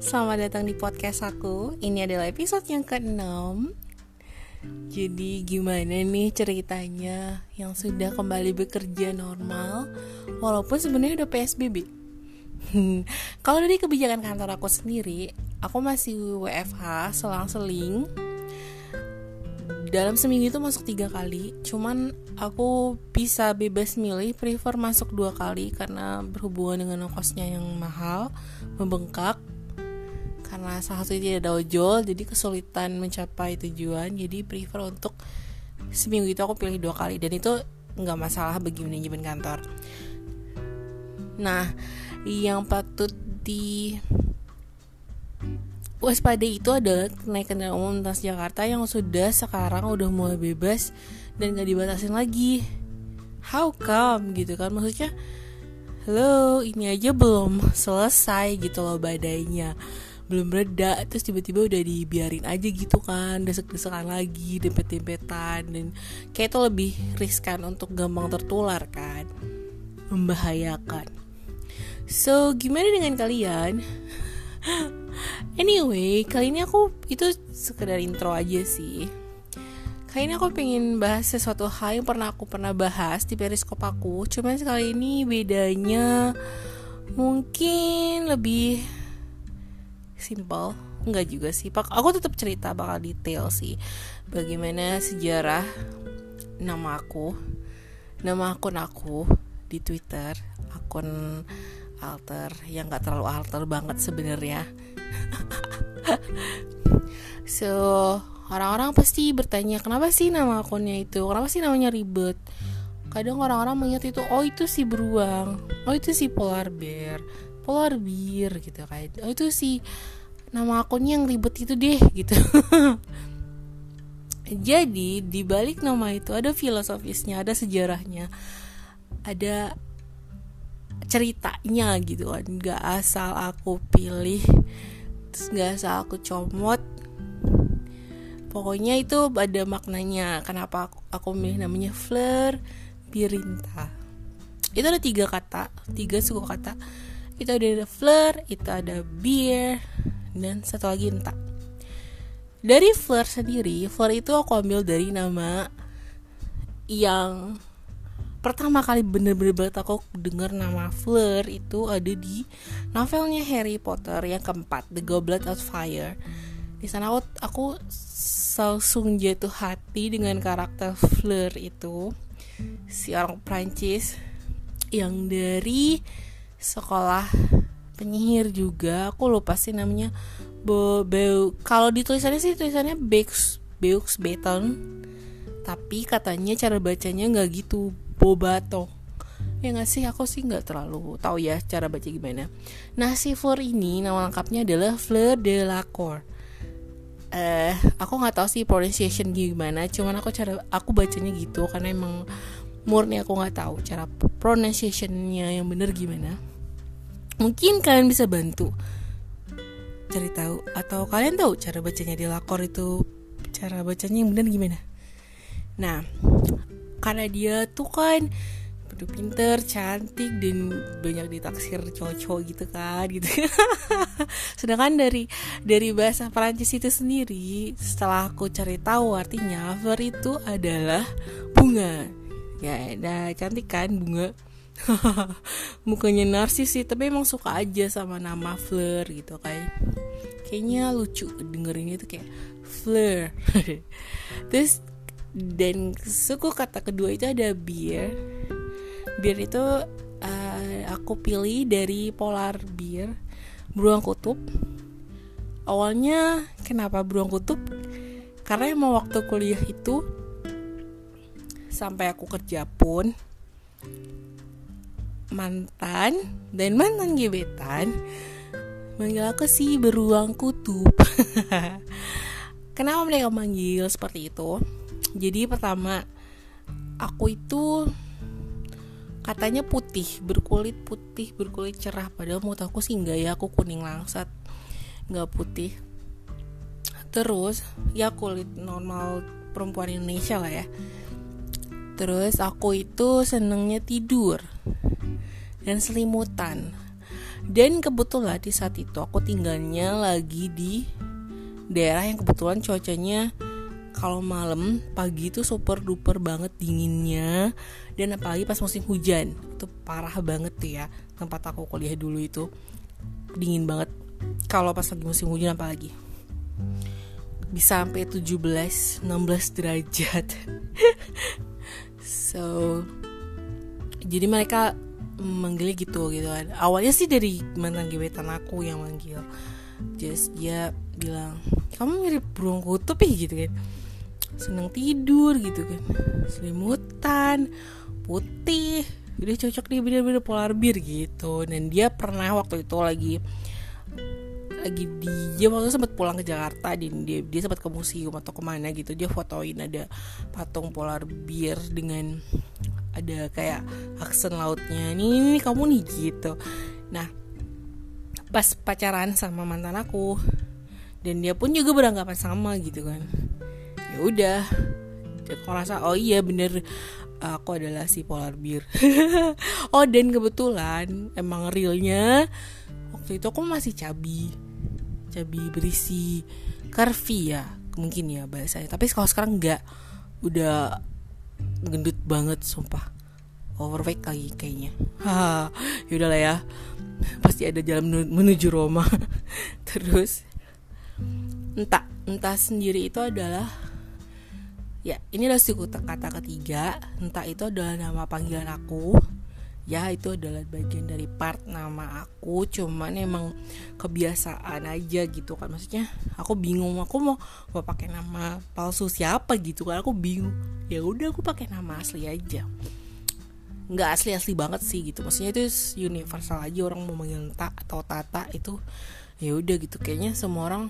Selamat datang di podcast aku. Ini adalah episode yang ke-6. Jadi gimana nih ceritanya yang sudah kembali bekerja normal walaupun sebenarnya udah PSBB. Kalau dari kebijakan kantor aku sendiri, aku masih WFH selang-seling. Dalam seminggu itu masuk 3 kali. Cuman aku bisa bebas milih, prefer masuk 2 kali karena berhubungan dengan ongkosnya yang mahal, membengkak. Karena salah satu tidak ada ojol, jadi kesulitan mencapai tujuan. Jadi prefer untuk seminggu itu aku pilih 2 kali. Dan itu gak masalah bagi manajemen kantor. Nah, yang patut di waspadai itu adalah kenaikan kendaraan umum Transjakarta yang sekarang udah mulai bebas dan gak dibatasin lagi. How come gitu kan? Maksudnya, hello, ini aja belum selesai gitu loh badainya, belum reda, terus tiba-tiba udah dibiarin aja gitu kan, desek-desekan lagi, dempet-dempetan, dan kayak itu lebih riskan untuk gampang tertular kan, membahayakan. So, gimana dengan kalian? Anyway, kali ini itu sekedar intro aja sih. Kali ini aku pengen bahas sesuatu hal yang aku pernah bahas di periskop aku, cuman sekali ini bedanya mungkin lebih simple, enggak juga sih. Aku tetap cerita bakal detail sih bagaimana sejarah nama akun aku di Twitter, akun alter yang enggak terlalu alter banget sebenarnya. So, orang-orang pasti bertanya, kenapa sih nama akunnya itu? Kenapa sih namanya ribet? Kadang orang-orang mengingat itu, oh itu si beruang, oh itu si polar bear gitu kan. Oh itu sih nama akunnya yang ribet itu deh gitu. Jadi di balik nama itu ada filosofisnya, ada sejarahnya, ada ceritanya gitu kan. Gak asal aku pilih, terus gak asal aku comot. Pokoknya itu ada maknanya. Kenapa aku milih namanya Fleur Birinta. Itu ada 3 suku kata. Itu ada fleur, itu ada beer, dan satu lagi entah. Dari fleur sendiri, fleur itu aku ambil dari nama yang pertama kali bener-bener aku dengar nama fleur itu ada di novelnya Harry Potter yang keempat, The Goblet of Fire. Di sana aku langsung jatuh hati dengan karakter Fleur itu, si orang Prancis yang dari sekolah penyihir juga. Aku lupa sih namanya. Kalau di tulisannya Beaux Beton, tapi katanya cara bacanya nggak gitu, Bobato. Ya nggak sih, aku sih nggak terlalu tahu ya cara baca gimana. Nah, si Fleur ini nama lengkapnya adalah Fleur Delacour. Aku nggak tahu sih pronunciation gimana, cuman aku bacanya gitu karena emang murni aku nggak tahu cara pronunciationnya yang bener gimana. Mungkin kalian bisa bantu cari tahu, atau kalian tahu cara bacanya di Lakor itu cara bacanya yang bener gimana. Nah, karena dia tuh kan pinter, cantik, dan banyak ditaksir cowok-cowok gitu kan gitu. Sedangkan dari bahasa Perancis itu sendiri, setelah aku cari tahu artinya, fleur itu adalah bunga. Ya, nah cantik kan bunga. Mukanya narsis sih, tapi emang suka aja sama nama Fleur gitu kan. Kayaknya lucu dengerinnya tuh kayak Fleur. Terus dan suku kata kedua itu ada beer. Beer itu aku pilih dari polar bear, beruang kutub. Awalnya kenapa beruang kutub? Karena emang waktu kuliah itu sampai aku kerja pun mantan gebetan manggil aku si beruang kutub. Kenapa mereka manggil seperti itu? Jadi pertama, aku itu katanya berkulit cerah, padahal menurut aku sih enggak ya, aku kuning langsat, enggak putih. Terus ya kulit normal perempuan Indonesia lah ya. Terus aku itu senengnya tidur dan selimutan. Dan kebetulan di saat itu aku tinggalnya lagi di daerah yang kebetulan cuacanya kalau malam pagi itu super duper banget dinginnya. Dan apalagi pas musim hujan itu parah banget tuh ya. Tempat aku kuliah dulu itu dingin banget. Kalau pas lagi musim hujan apalagi bisa sampai 17-16 derajat. So jadi mereka manggilnya gitu kan. Awalnya sih dari mantan gebetan aku yang manggil. Just dia bilang, kamu mirip burung kutub ya gitu kan. Seneng tidur gitu kan. Selimutan, putih. Udah cocok dia bener-bener polar bear gitu. Dan dia pernah waktu itu lagi dia waktu itu sempat pulang ke Jakarta dan dia sempat ke museum atau kemana gitu. Dia fotoin ada patung polar bear dengan ada kayak aksen lautnya, ini kamu nih gitu. Nah pas pacaran sama mantan aku dan dia pun juga beranggapan sama gitu kan, ya udah aku rasa oh iya bener, aku adalah si polar bear. Oh dan kebetulan emang realnya waktu itu aku masih cabi berisi, curvy ya mungkin ya bahasanya, tapi kalau sekarang enggak, udah gendut banget sumpah, overweight lagi kayaknya. Yaudah lah ya, pasti ada jalan menuju Roma. Terus entah sendiri itu adalah ya ini adalah suku kata ketiga. Entah itu adalah nama panggilan aku, ya itu adalah bagian dari part nama aku, cuman emang kebiasaan aja gitu kan. Maksudnya aku bingung aku mau pakai nama palsu siapa gitu kan, aku bingung. Ya udah aku pakai nama asli aja, nggak asli banget sih gitu. Maksudnya itu universal aja, orang mau manggil Tak atau Tata itu ya udah gitu. Kayaknya semua orang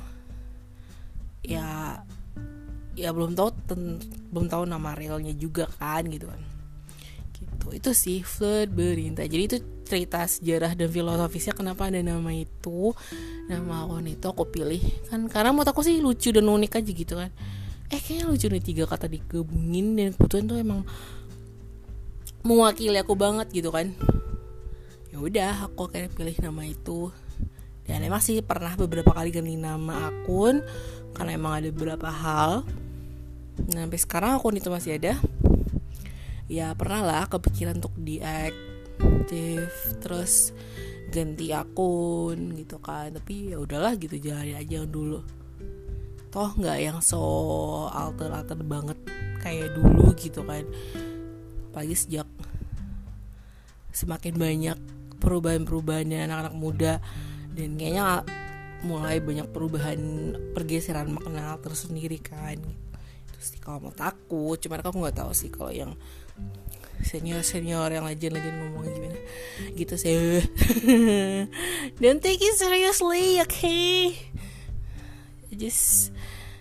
ya belum tahu nama realnya juga kan gitu kan. Gitu. Itu sih Fleur Berinta. Jadi itu cerita sejarah dan filosofisnya kenapa ada nama itu, nama akun itu aku pilih kan karena menurut aku sih lucu dan unik aja gitu kan. Kayaknya lucu nih 3 kata digabungin dan kebetulan tuh emang mewakili aku banget gitu kan. Ya udah aku kayak pilih nama itu. Dan emang sih pernah beberapa kali ganti nama akun karena emang ada beberapa hal. Nah sampai sekarang akun itu masih ada. Ya pernah lah kepikiran untuk diaktif terus ganti akun gitu kan, tapi ya udahlah gitu, jalanin aja dulu. Toh nggak yang so alter banget kayak dulu gitu kan. Apalagi sejak semakin banyak perubahan-perubahannya anak-anak muda, dan kayaknya mulai banyak perubahan, pergeseran makna tersendiri kan. Itu sih kalau menurut aku. Cuman aku nggak tahu sih kalau yang senior yang legend ngomong gimana gitu sih. Don't take it seriously, okay? Just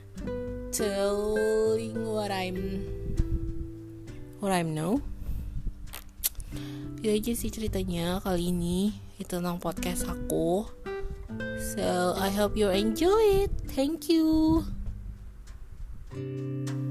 telling what I'm know. Itu aja sih ceritanya kali ini. Itu tentang podcast aku. So I hope you enjoy it. Thank you.